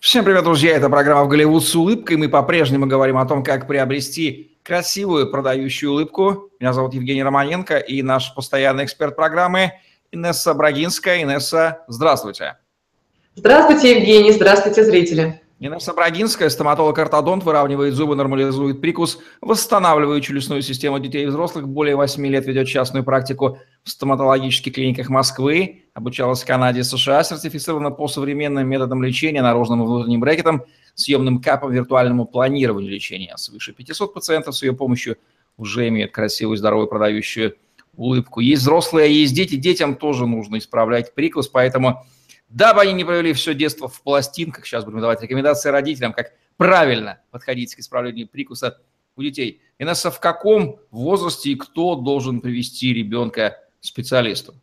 Всем привет, друзья! Это программа «В Голливуд с улыбкой». Мы по-прежнему говорим о том, как приобрести красивую продающую улыбку. Меня зовут Евгений Романенко и наш постоянный эксперт программы Инесса Брагинская. Инесса, здравствуйте. Здравствуйте, Евгений. Здравствуйте, зрители. Инесса Брагинская, стоматолог-ортодонт, выравнивает зубы, нормализует прикус, восстанавливает челюстную систему детей и взрослых. Более 8 лет ведет частную практику в стоматологических клиниках Москвы. Обучалась в Канаде и США, сертифицирована по современным методам лечения, наружным и внутренним брекетам, съемным капом, виртуальному планированию лечения. Свыше 500 пациентов с ее помощью уже имеют красивую, здоровую, продающую улыбку. Есть взрослые, а есть дети. Детям тоже нужно исправлять прикус, поэтому... Дабы они не провели все детство в пластинках, сейчас будем давать рекомендации родителям, как правильно подходить к исправлению прикуса у детей. Инесса, в каком возрасте и кто должен привести ребенка к специалисту?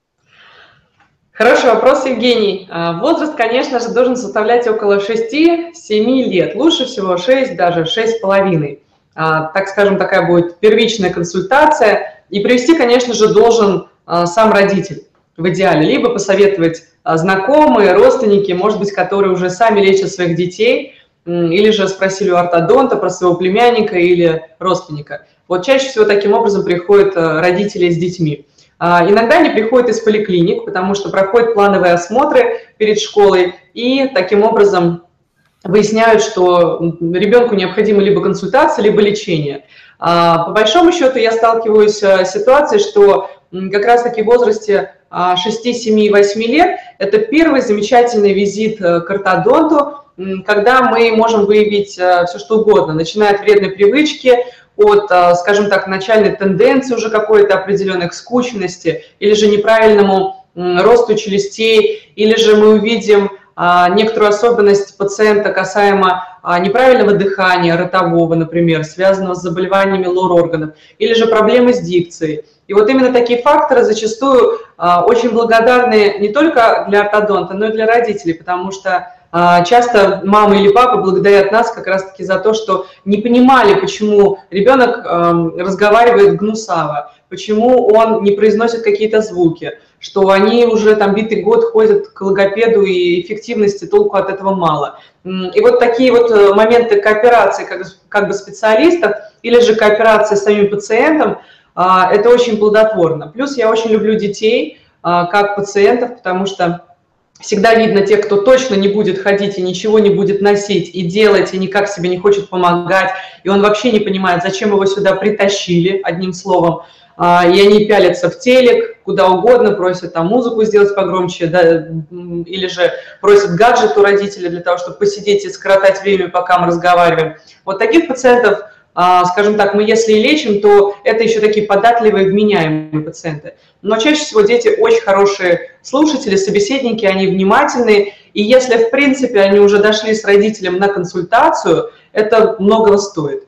Хороший вопрос, Евгений. Возраст, конечно же, должен составлять около 6-7 лет. Лучше всего 6, даже 6,5. Так скажем, такая будет первичная консультация. И привести, конечно же, должен сам родитель в идеале. Либо посоветовать знакомые, родственники, может быть, которые уже сами лечат своих детей, или же спросили у ортодонта про своего племянника или родственника. Вот чаще всего таким образом приходят родители с детьми. Иногда они приходят из поликлиник, потому что проходят плановые осмотры перед школой, и таким образом выясняют, что ребенку необходима либо консультация, либо лечение. По большому счету я сталкиваюсь с ситуацией, что как раз-таки в возрасте 6, 7 и 8 лет это первый замечательный визит к ортодонту, когда мы можем выявить все что угодно, начиная от вредной привычки, от, скажем так, начальной тенденции уже какой-то определенной к скученности, или же неправильному росту челюстей, или же мы увидим некоторую особенность пациента касаемо неправильного дыхания ротового, например, связанного с заболеваниями лор-органов, или же проблемы с дикцией. И вот именно такие факторы зачастую очень благодарны не только для ортодонта, но и для родителей, потому что часто мама или папа благодарят нас как раз-таки за то, что не понимали, почему ребенок разговаривает гнусаво, почему он не произносит какие-то звуки, что они уже там битый год ходят к логопеду и эффективности толку от этого мало. И вот такие вот моменты кооперации как бы специалистов или же кооперации с самим пациентом, это очень плодотворно. Плюс я очень люблю детей как пациентов, потому что всегда видно тех, кто точно не будет ходить и ничего не будет носить и делать, и никак себе не хочет помогать, и он вообще не понимает, зачем его сюда притащили, одним словом. И они пялятся в телек, куда угодно, просят там музыку сделать погромче, да, или же просят гаджет у родителей для того, чтобы посидеть и скоротать время, пока мы разговариваем. Вот таких пациентов, скажем так, мы если и лечим, то это еще такие податливые, вменяемые пациенты. Но чаще всего дети очень хорошие слушатели, собеседники, они внимательные. И если, в принципе, они уже дошли с родителем на консультацию, это многого стоит.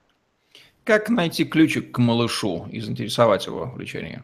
Как найти ключик к малышу и заинтересовать его в лечении?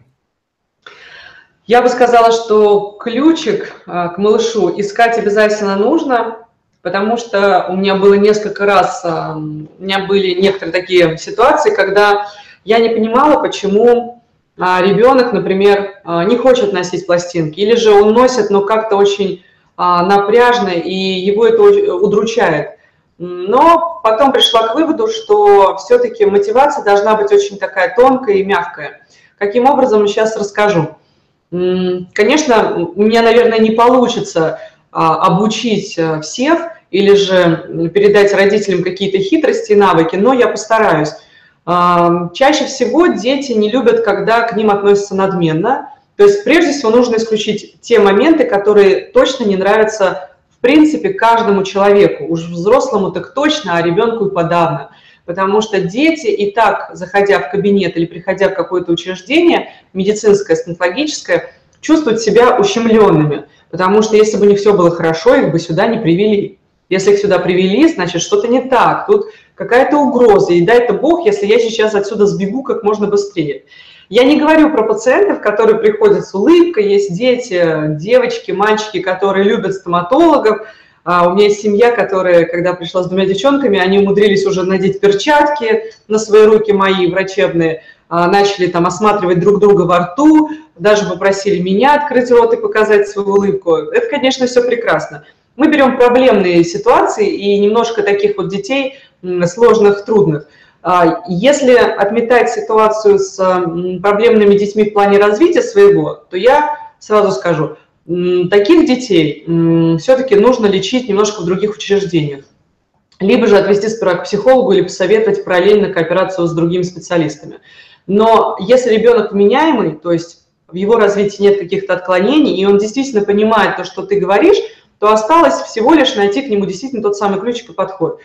Я бы сказала, что ключик к малышу искать обязательно нужно, потому что у меня было несколько раз, у меня были некоторые такие ситуации, когда я не понимала, почему ребенок, например, не хочет носить пластинки, или же он носит, но как-то очень напряжно, и его это удручает. Но потом пришла к выводу, что все-таки мотивация должна быть очень такая тонкая и мягкая. Каким образом, сейчас расскажу. Конечно, у меня, наверное, не получится обучить всех или же передать родителям какие-то хитрости и навыки, но я постараюсь. Чаще всего дети не любят, когда к ним относятся надменно. То есть прежде всего нужно исключить те моменты, которые точно не нравятся в принципе каждому человеку. Уж взрослому так точно, а ребенку и подавно. Потому что дети и так, заходя в кабинет или приходя в какое-то учреждение, медицинское, стоматологическое, чувствуют себя ущемленными. Потому что если бы у них все было хорошо, их бы сюда не привели. Если их сюда привели, значит, что-то не так. Тут какая-то угроза. И дай-то Бог, если я сейчас отсюда сбегу как можно быстрее. Я не говорю про пациентов, которые приходят с улыбкой. Есть дети, девочки, мальчики, которые любят стоматологов. У меня есть семья, которая, когда пришла с 2 девчонками, они умудрились уже надеть перчатки на свои руки мои врачебные, начали там осматривать друг друга во рту, даже попросили меня открыть рот и показать свою улыбку. Это, конечно, все прекрасно. Мы берем проблемные ситуации и немножко таких вот детей сложных, трудных. Если отметать ситуацию с проблемными детьми в плане развития своего, то я сразу скажу, таких детей все-таки нужно лечить немножко в других учреждениях. Либо же отвести сперва к психологу или посоветовать параллельно кооперацию с другими специалистами. Но если ребенок вменяемый, то есть в его развитии нет каких-то отклонений, и он действительно понимает то, что ты говоришь, то осталось всего лишь найти к нему действительно тот самый ключик и подход.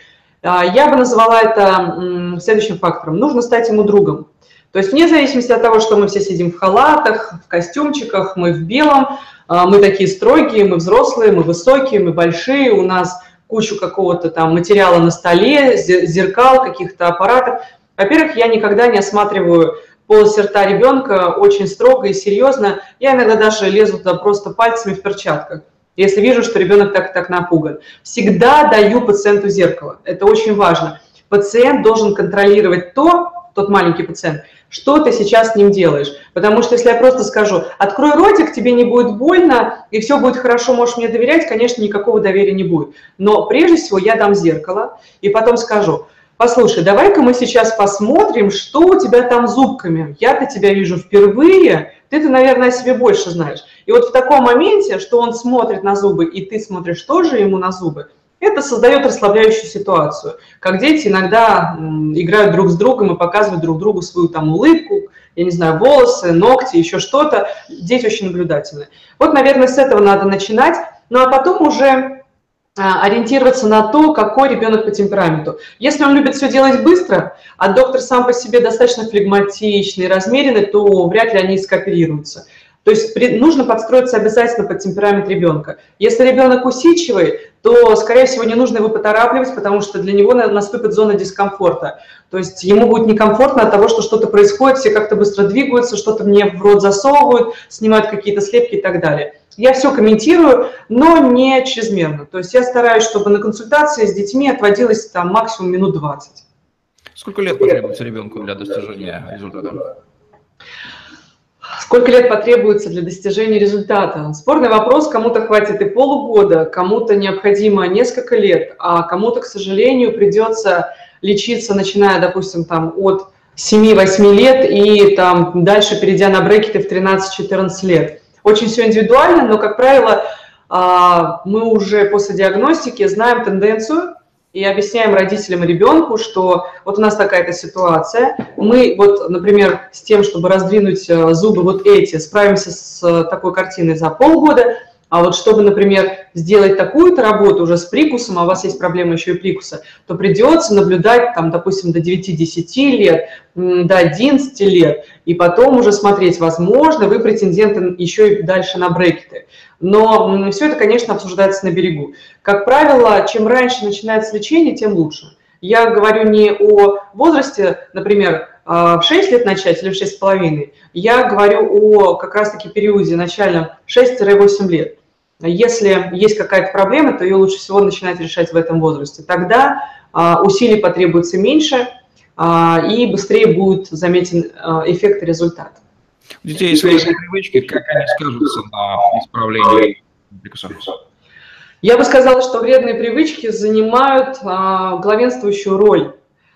Я бы назвала это следующим фактором. Нужно стать ему другом. То есть вне зависимости от того, что мы все сидим в халатах, в костюмчиках, мы в белом, мы такие строгие, мы взрослые, мы высокие, мы большие, у нас кучу какого-то там материала на столе, зеркал, каких-то аппаратов. Во-первых, я никогда не осматриваю полость рта ребенка очень строго и серьезно. Я иногда даже лезу туда просто пальцами в перчатках, если вижу, что ребенок так напуган. Всегда даю пациенту зеркало. Это очень важно. Пациент должен контролировать тот маленький пациент, что ты сейчас с ним делаешь. Потому что если я просто скажу, открой ротик, тебе не будет больно, и все будет хорошо, можешь мне доверять, конечно, никакого доверия не будет. Но прежде всего я дам зеркало, и потом скажу, послушай, давай-ка мы сейчас посмотрим, что у тебя там с зубками. Я-то тебя вижу впервые, ты-то, наверное, о себе больше знаешь. И вот в таком моменте, что он смотрит на зубы, и ты смотришь тоже ему на зубы, это создает расслабляющую ситуацию, как дети иногда играют друг с другом и показывают друг другу свою там улыбку, я не знаю, волосы, ногти, еще что-то. Дети очень наблюдательны. Вот, наверное, с этого надо начинать, ну а потом уже ориентироваться на то, какой ребенок по темпераменту. Если он любит все делать быстро, а доктор сам по себе достаточно флегматичный, размеренный, то вряд ли они скооперируются. То есть нужно подстроиться обязательно под темперамент ребенка. Если ребенок усидчивый, то, скорее всего, не нужно его поторапливать, потому что для него наступит зона дискомфорта. То есть ему будет некомфортно от того, что что-то происходит, все как-то быстро двигаются, что-то мне в рот засовывают, снимают какие-то слепки и так далее. Я все комментирую, но не чрезмерно. То есть я стараюсь, чтобы на консультации с детьми отводилось там максимум минут 20. Сколько лет потребуется ребенку для достижения результата? Сколько лет потребуется для достижения результата? Спорный вопрос, кому-то хватит и полугода, кому-то необходимо несколько лет, а кому-то, к сожалению, придется лечиться, начиная, допустим, там, от 7-8 лет и там, дальше перейдя на брекеты в 13-14 лет. Очень все индивидуально, но, как правило, мы уже после диагностики знаем тенденцию, и объясняем родителям и ребенку, что вот у нас такая-то ситуация, мы вот, например, с тем, чтобы раздвинуть зубы вот эти, справимся с такой картиной за полгода, а вот чтобы, например, сделать такую-то работу уже с прикусом, а у вас есть проблема еще и прикуса, то придется наблюдать, там, допустим, до 9-10 лет, до 11 лет, и потом уже смотреть, возможно, вы претенденты еще и дальше на брекеты. Но все это, конечно, обсуждается на берегу. Как правило, чем раньше начинается лечение, тем лучше. Я говорю не о возрасте, например, в 6 лет начать или в 6,5. Я говорю о как раз-таки периоде начальном 6-8 лет. Если есть какая-то проблема, то ее лучше всего начинать решать в этом возрасте. Тогда усилий потребуется меньше и быстрее будет заметен эффект и результат. У детей есть свои привычки, как они скажутся на исправлении прикуса? Я бы сказала, что вредные привычки занимают главенствующую роль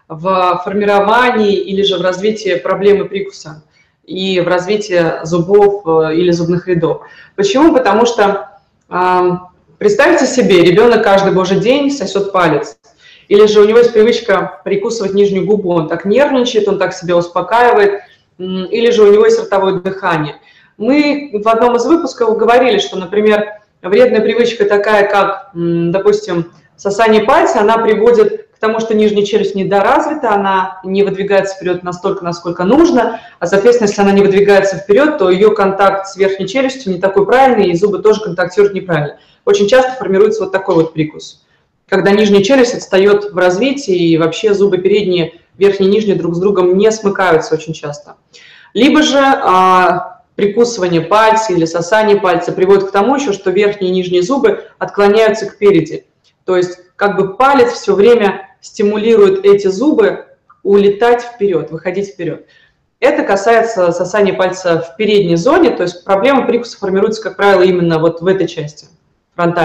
в формировании или же в развитии проблемы прикуса и в развитии зубов или зубных рядов. Почему? Потому что представьте себе, ребенок каждый божий день сосет палец. Или же у него есть привычка прикусывать нижнюю губу, он так нервничает, он так себя успокаивает. Или же у него есть ротовое дыхание. Мы в одном из выпусков говорили, что, например, вредная привычка такая, как, допустим, сосание пальца, она приводит к тому, что нижняя челюсть недоразвита, она не выдвигается вперед настолько, насколько нужно, а, соответственно, если она не выдвигается вперед, то ее контакт с верхней челюстью не такой правильный, и зубы тоже контактируют неправильно. Очень часто формируется вот такой вот прикус, когда нижняя челюсть отстает в развитии, и вообще зубы передние, верхние и нижние друг с другом не смыкаются очень часто. Либо же прикусывание пальца или сосание пальца приводит к тому еще, что верхние и нижние зубы отклоняются кпереди. То есть как бы палец все время стимулирует эти зубы улетать вперед, выходить вперед. Это касается сосания пальца в передней зоне, то есть проблема прикуса формируется, как правило, именно вот в этой части, фронтальной.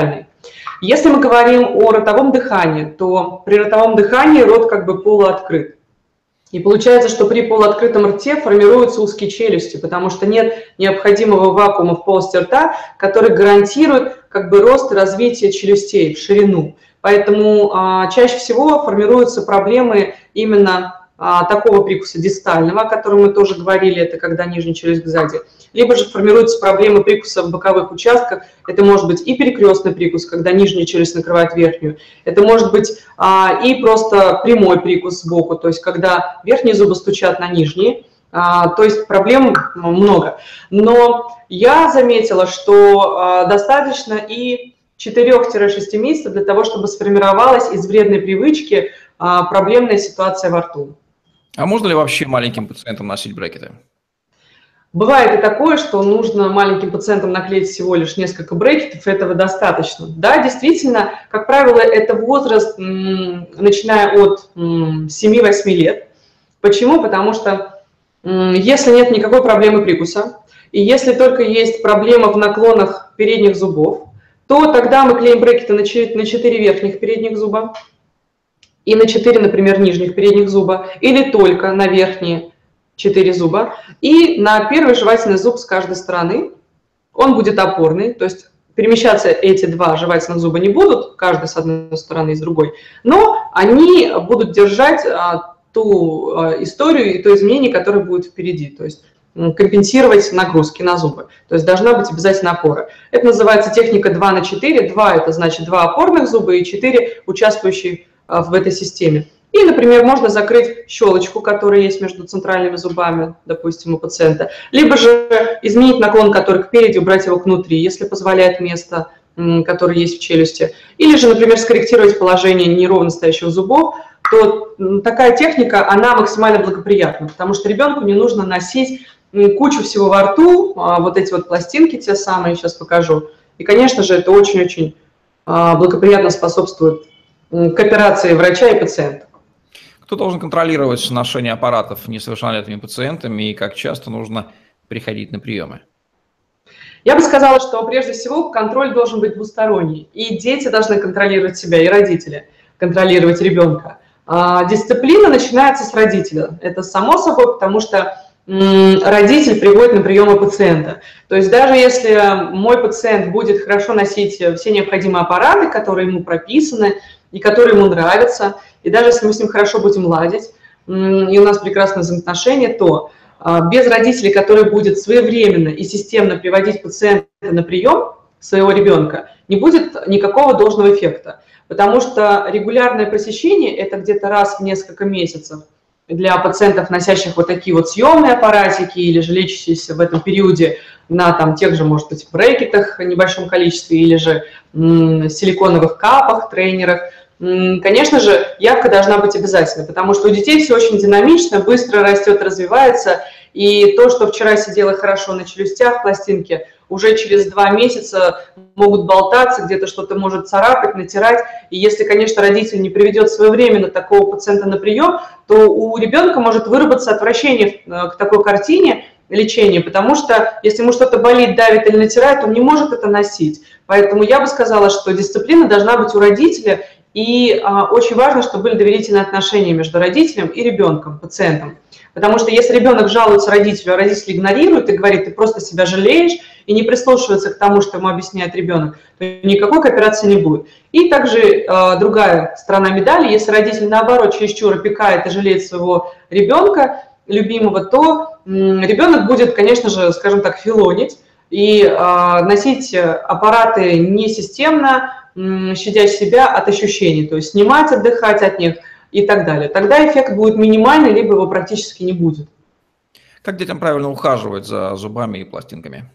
Если мы говорим о ротовом дыхании, то при ротовом дыхании рот как бы полуоткрыт. И получается, что при полуоткрытом рте формируются узкие челюсти, потому что нет необходимого вакуума в полости рта, который гарантирует как бы рост и развитие челюстей в ширину. Поэтому чаще всего формируются проблемы именно такого прикуса дистального, о котором мы тоже говорили, это когда нижняя челюсть сзади. Либо же формируются проблемы прикуса в боковых участках, это может быть и перекрестный прикус, когда нижняя челюсть накрывает верхнюю, это может быть и просто прямой прикус сбоку, то есть когда верхние зубы стучат на нижние, то есть проблем много. Но я заметила, что достаточно и 4-6 месяцев для того, чтобы сформировалась из вредной привычки проблемная ситуация во рту. А можно ли вообще маленьким пациентам носить брекеты? Бывает и такое, что нужно маленьким пациентам наклеить всего лишь несколько брекетов, этого достаточно. Да, действительно, как правило, это возраст, начиная от 7-8 лет. Почему? Потому что если нет никакой проблемы прикуса, и если только есть проблема в наклонах передних зубов, то тогда мы клеим брекеты на 4 верхних передних зуба и на 4, например, нижних передних зуба, или только на верхние 4 зуба, и на первый жевательный зуб с каждой стороны. Он будет опорный, то есть перемещаться эти 2 жевательных зуба не будут, каждый с одной стороны и с другой, но они будут держать ту историю и то изменение, которое будет впереди, то есть компенсировать нагрузки на зубы. То есть должна быть обязательно опора. Это называется техника 2 на 4. 2 – это значит 2 опорных зуба и 4 участвующие в этой системе. И, например, можно закрыть щелочку, которая есть между центральными зубами, допустим, у пациента, либо же изменить наклон, который кпереди, убрать его внутри, если позволяет место, которое есть в челюсти. Или же, например, скорректировать положение неровно стоящих зубов, то такая техника, она максимально благоприятна, потому что ребенку не нужно носить кучу всего во рту, вот эти вот пластинки те самые, сейчас покажу. И, конечно же, это очень-очень благоприятно способствует к операции врача и пациента. Кто должен контролировать ношение аппаратов несовершеннолетними пациентами и как часто нужно приходить на приемы? Я бы сказала, что прежде всего контроль должен быть двусторонний. И дети должны контролировать себя, и родители контролировать ребенка. Дисциплина начинается с родителя. Это само собой, потому что родитель приводит на приемы пациента. То есть даже если мой пациент будет хорошо носить все необходимые аппараты, которые ему прописаны и которые ему нравятся, и даже если мы с ним хорошо будем ладить, и у нас прекрасные взаимоотношения, то без родителей, который будет своевременно и системно приводить пациента на прием своего ребенка, не будет никакого должного эффекта. Потому что регулярное посещение – это где-то раз в несколько месяцев для пациентов, носящих вот такие вот съемные аппаратики или же лечащиеся в этом периоде на там, тех же, может быть, брекетах в небольшом количестве или же силиконовых капах, тренерах. Конечно же, явка должна быть обязательной, потому что у детей все очень динамично, быстро растет, развивается, и то, что вчера сидело хорошо на челюстях, пластинки, уже через 2 месяца могут болтаться, где-то что-то может царапать, натирать. И если, конечно, родитель не приведет своевременно такого пациента на прием, то у ребенка может выработаться отвращение к такой картине лечения, потому что если ему что-то болит, давит или натирает, он не может это носить. Поэтому я бы сказала, что дисциплина должна быть у родителя, и очень важно, чтобы были доверительные отношения между родителем и ребенком, пациентом. Потому что если ребенок жалуется родителю, а родитель игнорирует и говорит, ты просто себя жалеешь, и не прислушивается к тому, что ему объясняет ребенок, то никакой кооперации не будет. И также другая сторона медали, если родитель, наоборот, чересчур опекает и жалеет своего ребенка, любимого, то ребенок будет, конечно же, скажем так, филонить и носить аппараты несистемно, щадя себя от ощущений, то есть снимать, отдыхать от них и так далее. Тогда эффект будет минимальный, либо его практически не будет. Как детям правильно ухаживать за зубами и пластинками?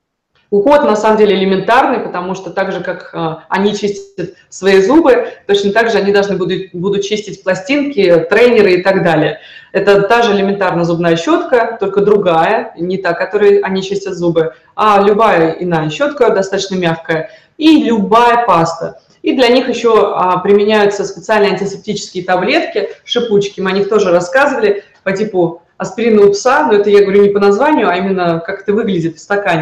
Уход на самом деле элементарный, потому что так же, как они чистят свои зубы, точно так же они должны будут чистить пластинки, тренеры и так далее. Это та же элементарная зубная щетка, только другая, не та, которой они чистят зубы, а любая иная щетка, достаточно мягкая, и любая паста. И для них еще применяются специальные антисептические таблетки, шипучки, мы о них тоже рассказывали, по типу аспирина у пса, но это я говорю не по названию, а именно как это выглядит в стакане.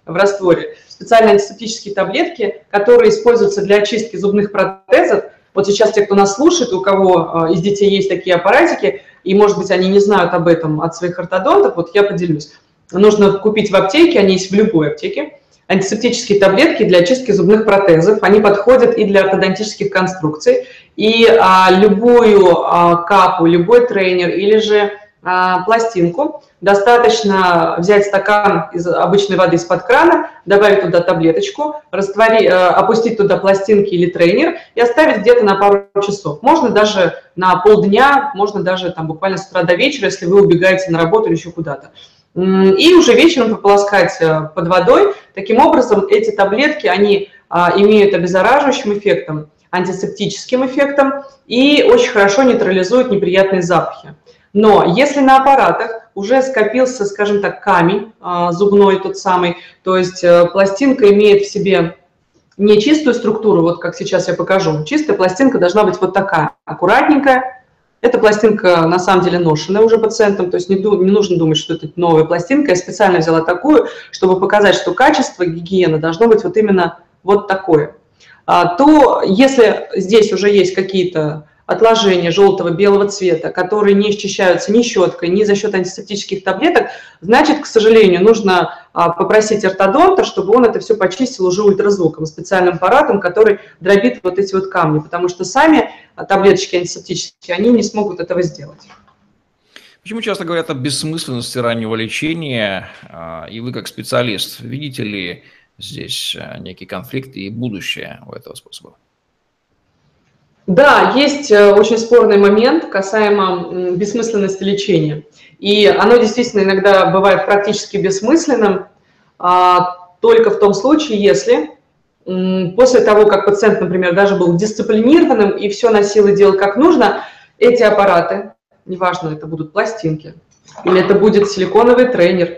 в растворе, специальные антисептические таблетки, которые используются для очистки зубных протезов. Вот сейчас те, кто нас слушает, у кого из детей есть такие аппаратики, и, может быть, они не знают об этом от своих ортодонтов, вот я поделюсь. Нужно купить в аптеке, они есть в любой аптеке, антисептические таблетки для очистки зубных протезов. Они подходят и для ортодонтических конструкций, и любую капу, любой трейнер или же пластинку достаточно взять стакан из обычной воды из-под крана, добавить туда таблеточку, опустить туда пластинки или трейнер и оставить где-то на пару часов. Можно даже на полдня, можно даже там буквально с утра до вечера, если вы убегаете на работу или еще куда-то. И уже вечером прополоскать под водой. Таким образом, эти таблетки, они имеют обеззараживающим эффектом, антисептическим эффектом и очень хорошо нейтрализуют неприятные запахи. Но если на аппаратах уже скопился, скажем так, камень зубной тот самый, то есть пластинка имеет в себе не чистую структуру, вот как сейчас я покажу. Чистая пластинка должна быть вот такая, аккуратненькая. Эта пластинка на самом деле ношенная уже пациентам, то есть не нужно думать, что это новая пластинка. Я специально взяла такую, чтобы показать, что качество гигиены должно быть вот именно вот такое. То если здесь уже есть какие-то отложения желтого, белого цвета, которые не счищаются ни щеткой, ни за счет антисептических таблеток, значит, к сожалению, нужно попросить ортодонта, чтобы он это все почистил уже ультразвуком, специальным аппаратом, который дробит вот эти вот камни, потому что сами таблеточки антисептические, они не смогут этого сделать. Почему часто говорят о бессмысленности раннего лечения, и вы как специалист, видите ли здесь некий конфликт и будущее у этого способа? Да, есть очень спорный момент касаемо бессмысленности лечения. И оно действительно иногда бывает практически бессмысленным, только в том случае, если после того, как пациент, например, даже был дисциплинированным и все на силы делал как нужно, эти аппараты, неважно, это будут пластинки или это будет силиконовый трейнер,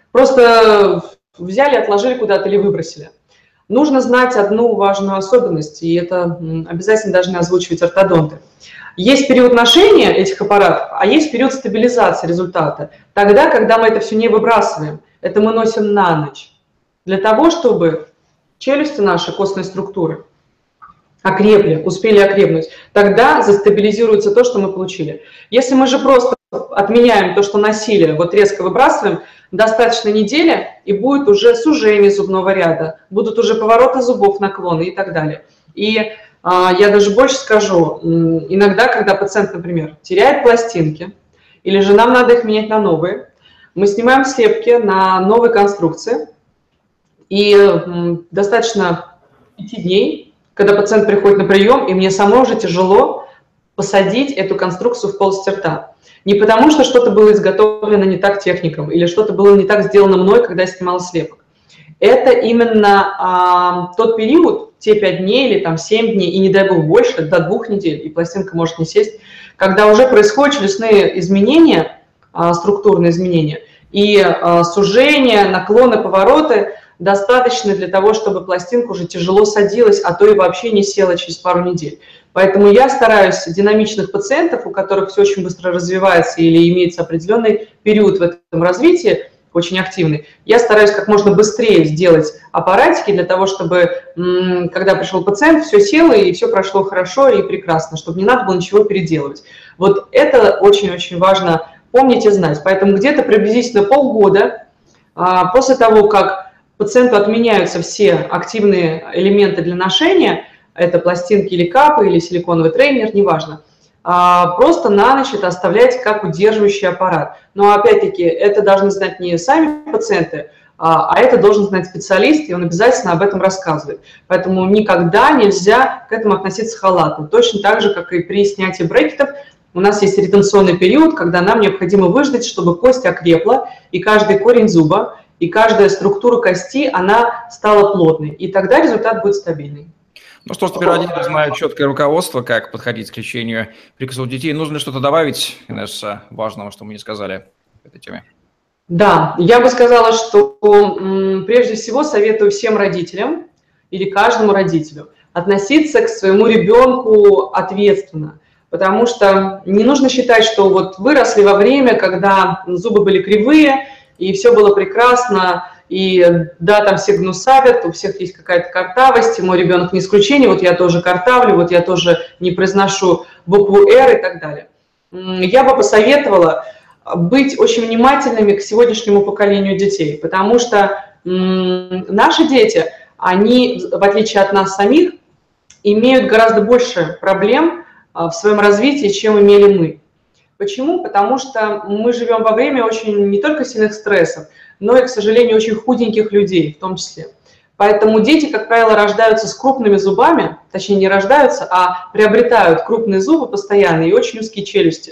просто взяли, отложили куда-то или выбросили. Нужно знать одну важную особенность, и это обязательно должны озвучивать ортодонты. Есть период ношения этих аппаратов, а есть период стабилизации результата. Тогда, когда мы это все не выбрасываем, это мы носим на ночь. Для того, чтобы челюсти наши, костные структуры, окрепли, успели окрепнуть, тогда застабилизируется то, что мы получили. Если мы же просто отменяем то, что носили, вот резко выбрасываем, достаточно недели, и будет уже сужение зубного ряда, будут уже повороты зубов, наклоны и так далее. И я даже больше скажу, иногда, когда пациент, например, теряет пластинки, или же нам надо их менять на новые, мы снимаем слепки на новые конструкции, и достаточно 5 дней, когда пациент приходит на прием, и мне самой уже тяжело посадить эту конструкцию в полость рта. Не потому, что что-то было изготовлено не так техником, или что-то было не так сделано мной, когда я снимала слепок. Это именно тот период, те 5 дней или там 7 дней, и не дай бог больше, до 2 недель, и пластинка может не сесть, когда уже происходят челюстные изменения, структурные изменения, и сужение, наклоны, повороты достаточно для того, чтобы пластинка уже тяжело садилась, а то и вообще не села через пару недель. Поэтому я стараюсь динамичных пациентов, у которых все очень быстро развивается или имеется определенный период в этом развитии, очень активный, я стараюсь как можно быстрее сделать аппаратики для того, чтобы, когда пришел пациент, все село и все прошло хорошо и прекрасно, чтобы не надо было ничего переделывать. Вот это очень-очень важно помнить и знать. Поэтому где-то приблизительно полгода после того, как пациенту отменяются все активные элементы для ношения, это пластинки или капы, или силиконовый трейнер, неважно, просто на ночь это оставлять как удерживающий аппарат. Но опять-таки это должны знать не сами пациенты, а это должен знать специалист, и он обязательно об этом рассказывает. Поэтому никогда нельзя к этому относиться халатно. Точно так же, как и при снятии брекетов, у нас есть ретенционный период, когда нам необходимо выждать, чтобы кость окрепла, и каждый корень зуба, и каждая структура кости, она стала плотной. И тогда результат будет стабильный. Ну что ж, теперь родители знают четкое руководство, как подходить к лечению прикусов детей. Нужно ли что-то добавить, Инесса, важного, что мы не сказали в этой теме? Да, я бы сказала, что прежде всего советую всем родителям или каждому родителю относиться к своему ребенку ответственно, потому что не нужно считать, что вот выросли во время, когда зубы были кривые, и все было прекрасно, И да, там все гнусавят, у всех есть какая-то картавость, и мой ребенок не исключение, вот я тоже картавлю, вот я тоже не произношу букву «Р» и так далее. Я бы посоветовала быть очень внимательными к сегодняшнему поколению детей, потому что наши дети, они, в отличие от нас самих, имеют гораздо больше проблем в своем развитии, чем имели мы. Почему? Потому что мы живем во время очень не только сильных стрессов, но и, к сожалению, очень худеньких людей в том числе. Поэтому дети, как правило, рождаются с крупными зубами, точнее не рождаются, а приобретают крупные зубы постоянно и очень узкие челюсти.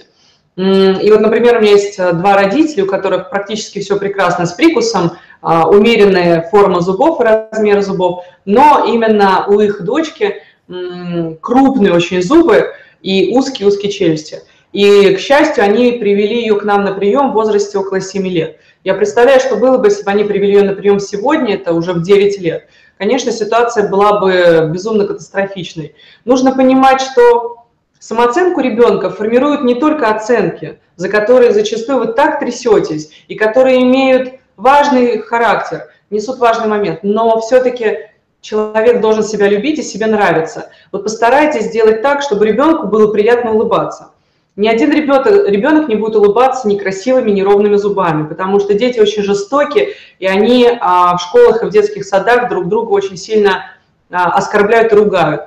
И вот, например, у меня есть два родителя, у которых практически все прекрасно с прикусом, умеренная форма зубов и размер зубов, но именно у их дочки крупные очень зубы и узкие-узкие челюсти. И, к счастью, они привели ее к нам на прием в возрасте около 7 лет. Я представляю, что было бы, если бы они привели ее на прием сегодня, это уже в 9 лет. Конечно, ситуация была бы безумно катастрофичной. Нужно понимать, что самооценку ребенка формируют не только оценки, за которые зачастую вы так трясетесь, и которые имеют важный характер, несут важный момент, но все-таки человек должен себя любить и себе нравиться. Вот постарайтесь сделать так, чтобы ребенку было приятно улыбаться. Ни один ребенок не будет улыбаться некрасивыми, неровными зубами, потому что дети очень жестоки, и они в школах и в детских садах друг друга очень сильно оскорбляют и ругают.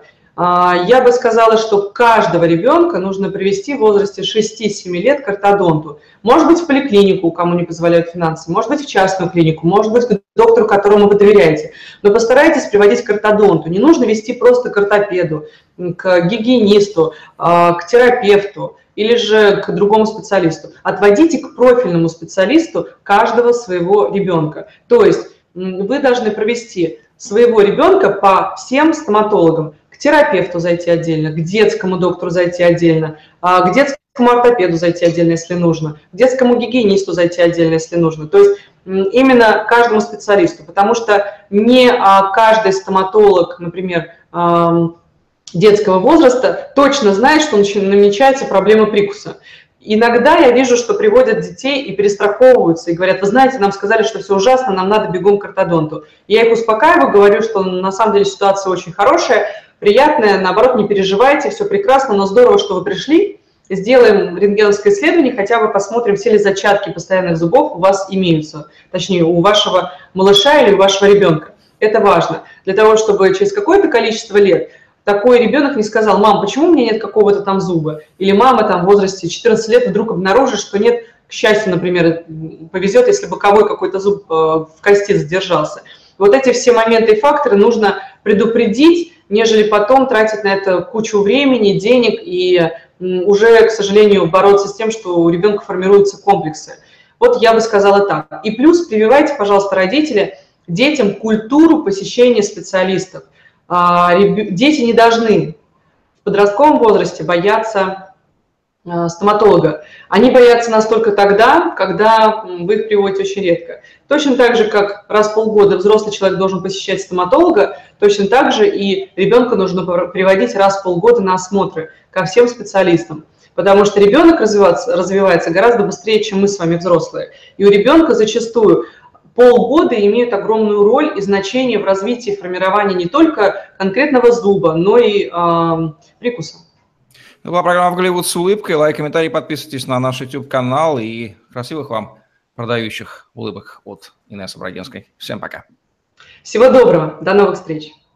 Я бы сказала, что каждого ребенка нужно привести в возрасте 6-7 лет к ортодонту. Может быть, в поликлинику, кому не позволяют финансы, может быть, в частную клинику, может быть, к доктору, которому вы доверяете. Но постарайтесь приводить к ортодонту. Не нужно вести просто к ортопеду, к гигиенисту, к терапевту или же к другому специалисту. Отводите к профильному специалисту каждого своего ребенка. То есть вы должны провести своего ребенка по всем стоматологам. К терапевту зайти отдельно, к детскому доктору зайти отдельно, к детскому ортопеду зайти отдельно, если нужно, к детскому гигиенисту зайти отдельно, если нужно. То есть именно каждому специалисту, потому что не каждый стоматолог, например, детского возраста точно знает, что намечается проблема прикуса. Иногда я вижу, что приводят детей и перестраховываются, и говорят: вы знаете, нам сказали, что все ужасно, нам надо бегом к ортодонту. Я их успокаиваю, говорю, что на самом деле ситуация очень хорошая, приятная, наоборот, не переживайте, все прекрасно, но здорово, что вы пришли. Сделаем рентгеновское исследование, хотя бы посмотрим, все ли зачатки постоянных зубов у вас имеются, точнее, у вашего малыша или у вашего ребенка. Это важно, для того, чтобы через какое-то количество лет такой ребенок не сказал: мам, почему у меня нет какого-то там зуба? Или мама там в возрасте 14 лет вдруг обнаружит, что нет, к счастью, например, повезет, если боковой какой-то зуб в кости задержался. Вот эти все моменты и факторы нужно предупредить, нежели потом тратить на это кучу времени, денег и уже, к сожалению, бороться с тем, что у ребенка формируются комплексы. Вот я бы сказала так. И плюс прививайте, пожалуйста, родители, детям культуру посещения специалистов. Дети не должны в подростковом возрасте бояться стоматолога. Они боятся настолько тогда, когда вы их приводите очень редко. Точно так же, как раз в полгода взрослый человек должен посещать стоматолога, точно так же и ребенка нужно приводить раз в полгода на осмотры ко всем специалистам. Потому что ребенок развивается гораздо быстрее, чем мы с вами, взрослые. И у ребенка зачастую полгода имеют огромную роль и значение в развитии и формировании не только конкретного зуба, но и прикуса. Это была программа «В Голливуд с улыбкой». Лайк, комментарий, подписывайтесь на наш YouTube-канал и красивых вам продающих улыбок от Инессы Брагинской. Всем пока. Всего доброго. До новых встреч.